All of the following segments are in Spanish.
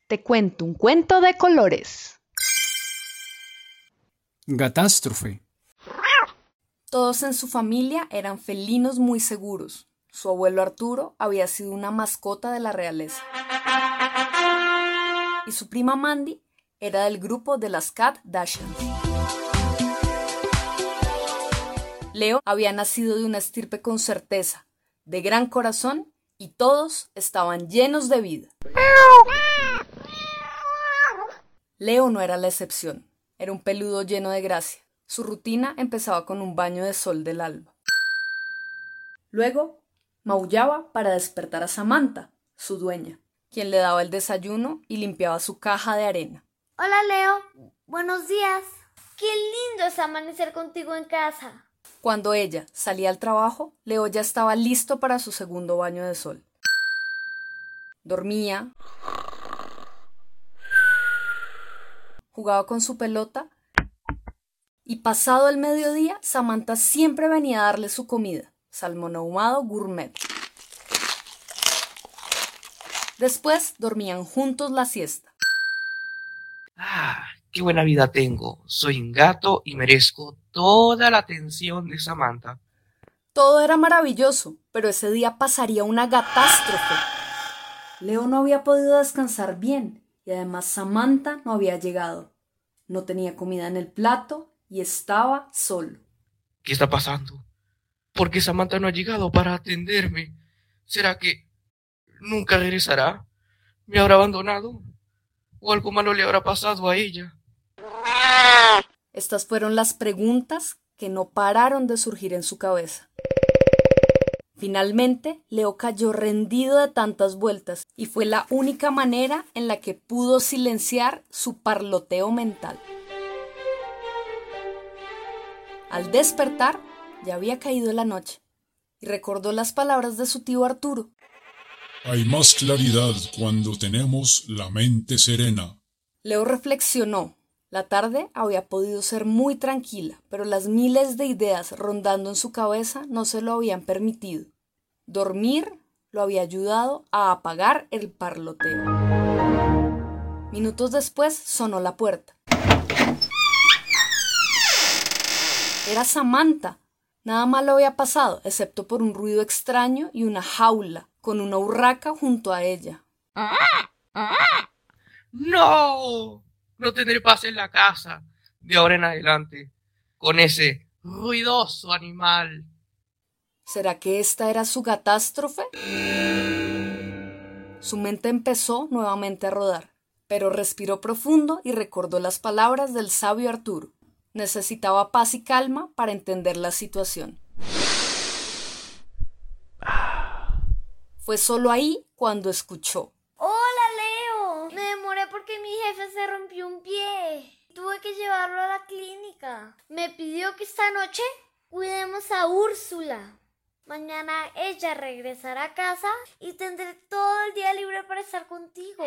Te cuento un cuento de colores. Gatástrofe. Todos en su familia eran felinos muy seguros. Su abuelo Arturo había sido una mascota de la realeza. Y su prima Mandy era del grupo de las Kardashians. Leo había nacido de una estirpe con certeza, de gran corazón, y todos estaban llenos de vida. Leo no era la excepción, era un peludo lleno de gracia. Su rutina empezaba con un baño de sol del alba. Luego, maullaba para despertar a Samantha, su dueña, quien le daba el desayuno y limpiaba su caja de arena. Hola Leo, buenos días. Qué lindo es amanecer contigo en casa. Cuando ella salía al trabajo, Leo ya estaba listo para su segundo baño de sol. Dormía, jugaba con su pelota y pasado el mediodía, Samantha siempre venía a darle su comida, salmón ahumado gourmet. Después dormían juntos la siesta. ¡Qué buena vida tengo! Soy un gato y merezco toda la atención de Samantha. Todo era maravilloso, pero ese día pasaría una catástrofe. Leo no había podido descansar bien y además Samantha no había llegado. No tenía comida en el plato y estaba solo. ¿Qué está pasando? ¿Por qué Samantha no ha llegado para atenderme? ¿Será que nunca regresará? ¿Me habrá abandonado? ¿O algo malo le habrá pasado a ella? Estas fueron las preguntas que no pararon de surgir en su cabeza. Finalmente, Leo cayó rendido de tantas vueltas y fue la única manera en la que pudo silenciar su parloteo mental. Al despertar, ya había caído la noche y recordó las palabras de su tío Arturo. Hay más claridad cuando tenemos la mente serena. Leo reflexionó. La tarde había podido ser muy tranquila, pero las miles de ideas rondando en su cabeza no se lo habían permitido. Dormir lo había ayudado a apagar el parloteo. Minutos después sonó la puerta. Era Samantha. Nada malo había pasado, excepto por un ruido extraño y una jaula con una urraca junto a ella. ¡No! No tendré paz en la casa de ahora en adelante con ese ruidoso animal. ¿Será que esta era su catástrofe? Su mente empezó nuevamente a rodar, pero respiró profundo y recordó las palabras del sabio Arturo. Necesitaba paz y calma para entender la situación. Fue solo ahí cuando escuchó. Hola Leo, me demoré porque mi jefe se rompió un pie. Tuve que llevarlo a la clínica. Me pidió que esta noche cuidemos a Úrsula. Mañana ella regresará a casa y tendré todo el día libre para estar contigo.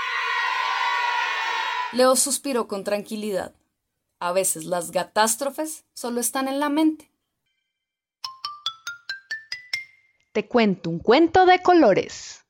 Leo suspiró con tranquilidad. A veces las catástrofes solo están en la mente. Te cuento un cuento de colores.